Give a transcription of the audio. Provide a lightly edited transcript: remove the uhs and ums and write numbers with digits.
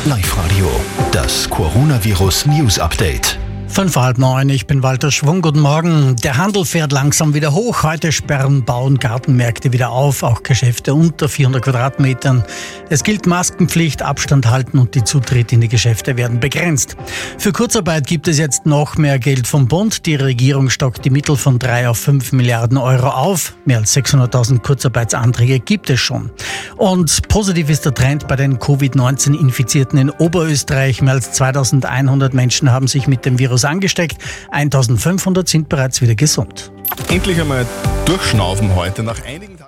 Live-Radio, das Coronavirus-News-Update. 9:05, ich bin Walter Schwung, guten Morgen. Der Handel fährt langsam wieder hoch. Heute sperren Bau- und Gartenmärkte wieder auf, auch Geschäfte unter 400 Quadratmetern. Es gilt Maskenpflicht, Abstand halten und die Zutritte in die Geschäfte werden begrenzt. Für Kurzarbeit gibt es jetzt noch mehr Geld vom Bund. Die Regierung stockt die Mittel von 3 auf 5 Milliarden Euro auf. Mehr als 600.000 Kurzarbeitsanträge gibt es schon. Und positiv ist der Trend bei den Covid-19-Infizierten in Oberösterreich. Mehr als 2100 Menschen haben sich mit dem Virus angesteckt. 1500 sind bereits wieder gesund. Endlich einmal durchschnaufen heute nach einigen Tagen.